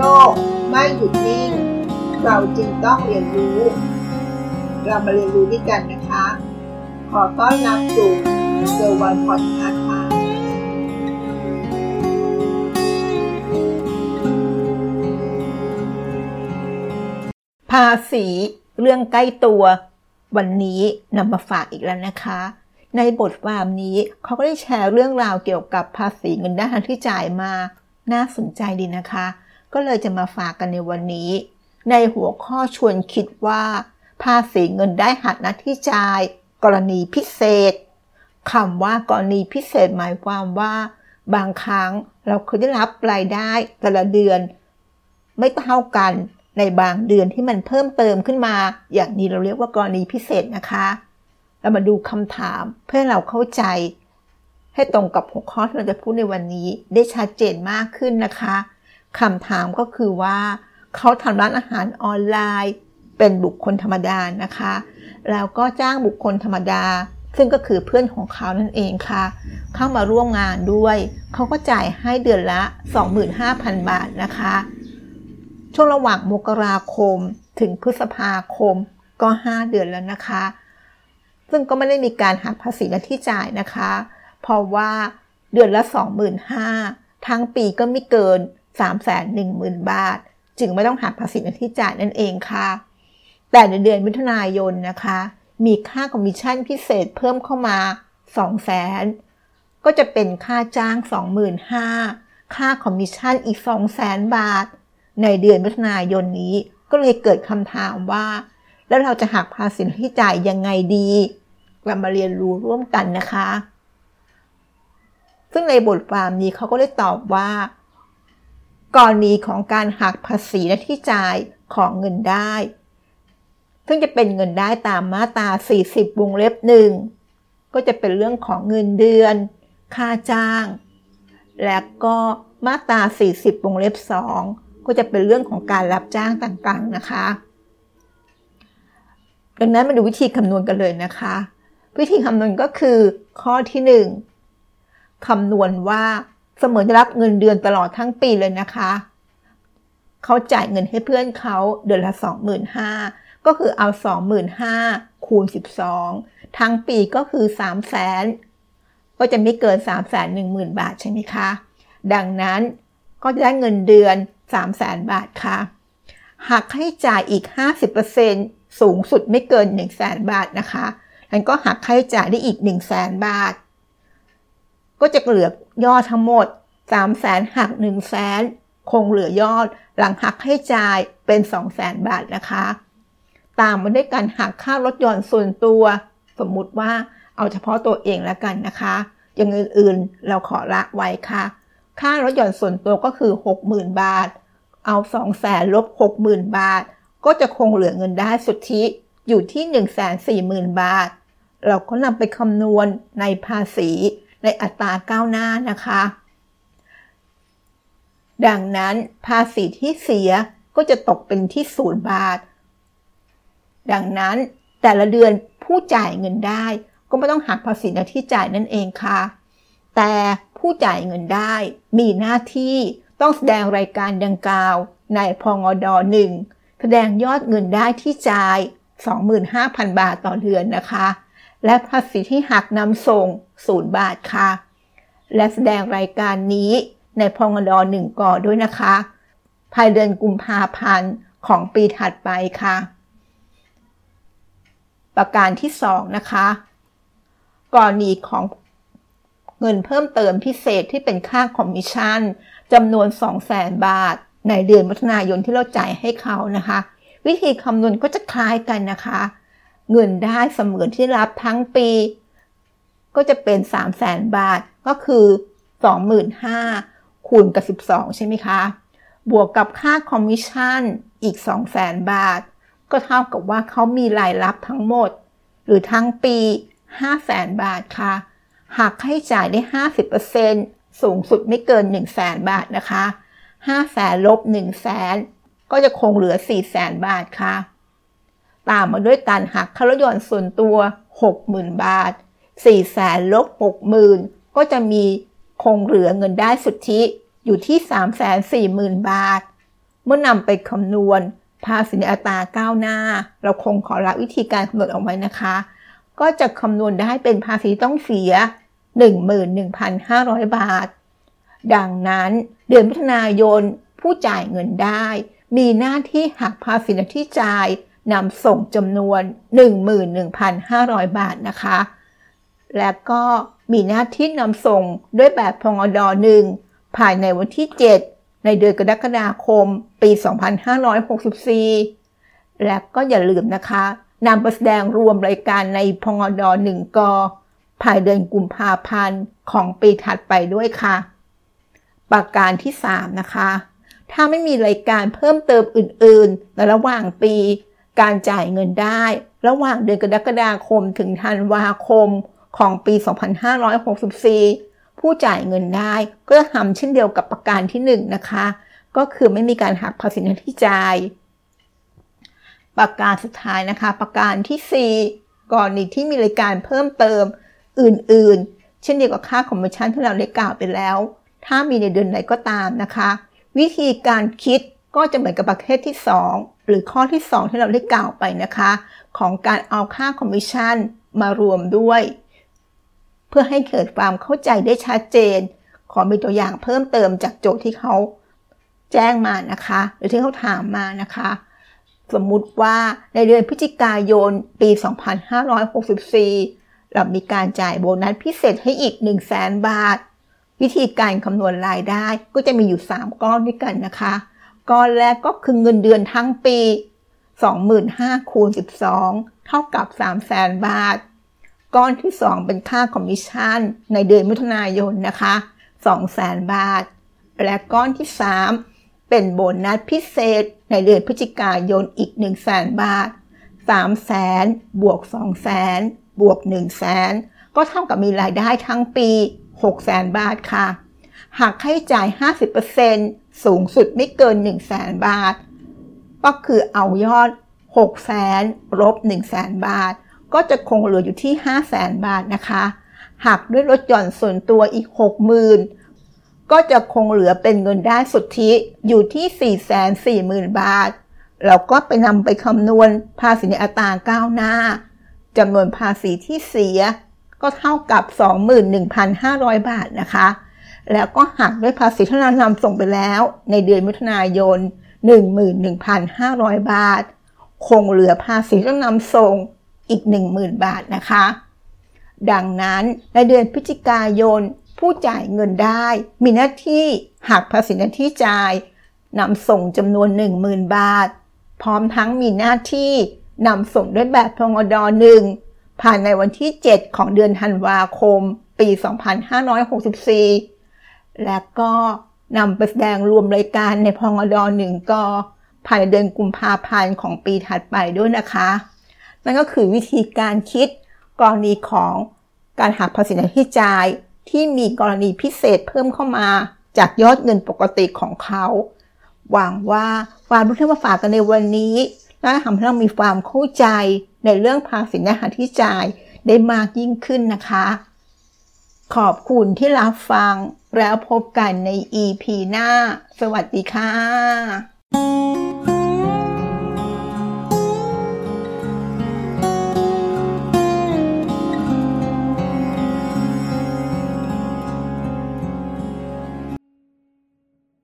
กไม่หยุดนิ่งเราจึงต้องเรียนรู้เรามาเรียนรู้ด้วยกันนะคะขอต้อนรับสู่เซอร์วันพอดคาสต์ค่ะภาษีเรื่องใกล้ตัววันนี้นำมาฝากอีกแล้วนะคะในบทความนี้เขาก็ได้แชร์เรื่องราวเกี่ยวกับภาษีเงินได้ทันที่จ่ายมาน่าสนใจดีนะคะก็เลยจะมาฝากกันในวันนี้ในหัวข้อชวนคิดว่าภาษีเงินได้หักหน้าที่จ่ายกรณีพิเศษคำว่ากรณีพิเศษหมายความว่าบางครั้งเราเคยได้รับรายได้แต่ละเดือนไม่เท่ากันในบางเดือนที่มันเพิ่มเติมขึ้นมาอย่างนี้เราเรียกว่ากรณีพิเศษนะคะเรามาดูคำถามเพื่อเราเข้าใจให้ตรงกับหัวข้อที่เราจะพูดในวันนี้ได้ชัดเจนมากขึ้นนะคะคำถามก็คือว่าเขาทำร้านอาหารออนไลน์เป็นบุคคลธรรมดานะคะแล้วก็จ้างบุคคลธรรมดาซึ่งก็คือเพื่อนของเขานั่นเองค่ะเข้ามาร่วมงานด้วยเขาก็จ่ายให้เดือนละ 25,000 บาทนะคะช่วงระหว่างมกราคมถึงพฤษภาคมก็5เดือนแล้วนะคะซึ่งก็ไม่ได้มีการหักภาษีหน้าที่จ่ายนะคะเพราะว่าเดือนละ 25,000 ทั้งปีก็ไม่เกิน 310,000 บาทจึงไม่ต้องหักภาษีหน้าที่จ่ายนั่นเองค่ะแต่ในเดือนมิถุนายนนะคะมีค่าคอมมิชชั่นพิเศษเพิ่มเข้ามา 200,000 ก็จะเป็นค่าจ้าง 25,000 ค่าคอมมิชชั่นอีก 200,000 บาทในเดือนมิถุนายนนี้ก็เลยเกิดคำถามว่าแล้วเราจะหักภาษีหน้าที่จ่ายยังไงดีเรามาเรียนรู้ร่วมกันนะคะซึ่งในบทความนี้เขาก็ได้ตอบว่ากรณีของการหักภาษีหน้าที่จ่ายของเงินได้ซึ่งจะเป็นเงินได้ตามมาตรา40วงเล็บ1ก็จะเป็นเรื่องของเงินเดือนค่าจ้างและก็มาตรา40วงเล็บ2ก็จะเป็นเรื่องของการรับจ้างต่างๆนะคะดังนั้นมาดูวิธีคำนวณกันเลยนะคะวิธีคำนวณก็คือข้อที่1คำนวณว่าเสมือนจะรับเงินเดือนตลอดทั้งปีเลยนะคะเขาจ่ายเงินให้เพื่อนเขาเดือนละ 25,000 ก็คือเอา 25,000 คูณ 12ทั้งปีก็คือ 300,000 ก็จะไม่เกิน 310,000 บาทใช่ไหมคะดังนั้นก็จะได้เงินเดือน 300,000 บาทค่ะหักให้จ่ายอีก 50% สูงสุดไม่เกิน 100,000 บาทนะคะงั้นก็หักค่าใช้จ่ายได้อีก 100,000 บาทก็จะเหลือยอดทั้งหมด 300,000 หัก 100,000 คงเหลือยอดหลังหักค่าใช้จ่ายเป็น 200,000 บาทนะคะตามมาด้วยการหักค่ารถยนต์ส่วนตัวสมมุติว่าเอาเฉพาะตัวเองแล้วกันนะคะอย่างอื่นๆเราขอละไว้ค่ะค่ารถยนต์ส่วนตัวก็คือ 60,000 บาทเอา 200,000 ลบ 60,000 บาทก็จะคงเหลือเงินได้สุทธิอยู่ที่ 140,000 บาทเราก็นำไปคำนวณในภาษีในอัตราก้าวหน้านะคะดังนั้นภาษีที่เสียก็จะตกเป็นที่0 บาทดังนั้นแต่ละเดือนผู้จ่ายเงินได้ก็ไม่ต้องหักภาษีหน้าที่จ่ายนั่นเองค่ะแต่ผู้จ่ายเงินได้มีหน้าที่ต้องแสดงรายการดังกล่าวในพงด.1 แสดงยอดเงินได้ที่จ่าย 25,000 บาทต่อเดือนนะคะและภาษีที่หักนำส่ง0 บาทค่ะและแสดงรายการนี้ในพงด.1 ก่อนด้วยนะคะภายเดือนกุมภาพันธ์ของปีถัดไปค่ะประการที่2นะคะกรณีของเงินเพิ่มเติมพิเศษที่เป็นค่าคอมมิชชั่นจำนวน 200,000 บาทในเดือนมิถุนายนที่เราจ่ายให้เขานะคะวิธีคำนวณก็จะคล้ายกันนะคะเงินได้เสมือนที่รับทั้งปีก็จะเป็น 300,000 บาทก็คือ 25,000 คูณกับ12ใช่ไหมคะบวกกับค่าคอมมิชชั่นอีก 200,000 บาทก็เท่ากับว่าเขามีรายรับทั้งหมดหรือทั้งปี 500,000 บาทค่ะหักให้จ่ายได้ 50% สูงสุดไม่เกิน 100,000 บาทนะคะ 500,000 ลบ 100,000 ก็จะคงเหลือ 400,000 บาทค่ะตามมาด้วยการหักค่ารถยนต์ส่วนตัว 60,000 บาท 400,000 ลบ 60,000 ก็จะมีคงเหลือเงินได้สุทธิอยู่ที่ 340,000 บาทเมื่อนำไปคำนวณภาษีในอัตราก้าวหน้าเราคงขอละวิธีการคำนวณเอาไว้นะคะก็จะคำนวณได้เป็นภาษีต้องเสีย 11,500 บาทดังนั้นเดือนมิถุนายนผู้จ่ายเงินได้มีหน้าที่หักภาษีหน้าที่จ่ายนำส่งจำนวน 11,500 บาทนะคะและก็มีหน้าที่นำส่งด้วยแบบพงด.1 ภายในวันที่ 7 ในเดือนกรกฎาคมปี 2564 และก็อย่าลืมนะคะนำไปแสดงรวมรายการในพงด.1 ก.ภายเดือนกุมภาพันธ์ของปีถัดไปด้วยค่ะประการที่ 3 นะคะถ้าไม่มีรายการเพิ่มเติมอื่นๆในระหว่างปีการจ่ายเงินได้ระหว่างเดือนกรกฎาคมถึงธันวาคมของปี 2564 ผู้จ่ายเงินได้ก็จะทำเช่นเดียวกับประการที่ 1 นะคะก็คือไม่มีการหักภาษีหน้าที่จ่ายประการสุดท้ายนะคะประการที่ 4 กรณีที่มีรายการเพิ่มเติมอื่นๆเช่นเดียวกับค่าคอมมิชชั่นที่เราได้กล่าวไปแล้วถ้ามีในเดือนไหนก็ตามนะคะวิธีการคิดก็จะเหมือนกับประเภทที่ 2 หรือข้อที่ 2 ที่เราได้กล่าวไปนะคะของการเอาค่าคอมมิชชั่นมารวมด้วยเพื่อให้เกิดความเข้าใจได้ชัดเจนขอมีตัวอย่างเพิ่มเติมจากโจทย์ที่เขาแจ้งมานะคะหรือที่เขาถามมานะคะสมมุติว่าในเดือนพฤศจิกายนปี 2564 เรามีการจ่ายโบนัสพิเศษให้อีก 100,000 บาทวิธีการคำนวณรายได้ก็จะมีอยู่3ก้อนด้วยกันนะคะก้อนแรกก็คือเงินเดือนทั้งปี 25,000 คูณ 12 เท่ากับ 300,000 บาทก้อนที่ 2 เป็นค่าคอมมิชชั่นในเดือนมิถุนายนนะคะ 200,000 บาทและก้อนที่ 3 เป็นโบนัสพิเศษในเดือนพฤศจิกายนอีก 100,000 บาท 300,000 บวก 200,000 บวก 100,000 ก็เท่ากับมีรายได้ทั้งปี 600,000 บาทค่ะหากค่าใช้จ่าย 50% สูงสุดไม่เกิน 100,000 บาทก็คือเอายอด 600,000 ลบ 100,000 บาทก็จะคงเหลืออยู่ที่ 500,000 บาทนะคะหักด้วยลดหย่อนส่วนตัวอีก 60,000 ก็จะคงเหลือเป็นเงินได้สุทธิอยู่ที่ 440,000 บาทเราก็ไปนำไปคำนวณภาษีในอัตราก้าวหน้าจำนวนภาษีที่เสียก็เท่ากับ 21,500 บาทนะคะแล้วก็หักด้วยภาษีที่เรานำส่งไปแล้วในเดือนมิถุนายน 11,500 บาทคงเหลือภาษีที่ต้องนำส่งอีก 10,000 บาทนะคะดังนั้นในเดือนพฤศจิกายนผู้จ่ายเงินได้มีหน้าที่หักภาษีหน้าที่จ่ายนำส่งจำนวน 10,000 บาทพร้อมทั้งมีหน้าที่นำส่งด้วยแบบพงด.1 ภายในวันที่ 7 ของเดือนธันวาคมปี 2564 และก็นำไปแสดงรวมรายการในพงด.1 ก.ภายในเดือนกุมภาพันธ์ของปีถัดไปด้วยนะคะนั่นก็คือวิธีการคิดกรณีของการหักภาษีหน้าที่จ่ายที่มีกรณีพิเศษเพิ่มเข้ามาจากยอดเงินปกติของเขาหวังว่าความรู้ที่มาฝากกันในวันนี้น่าจะทำให้เรามีความเข้าใจในเรื่องภาษีหน้าที่จ่ายได้มากยิ่งขึ้นนะคะขอบคุณที่รับฟังแล้วพบกันใน EP หน้าสวัสดีค่ะ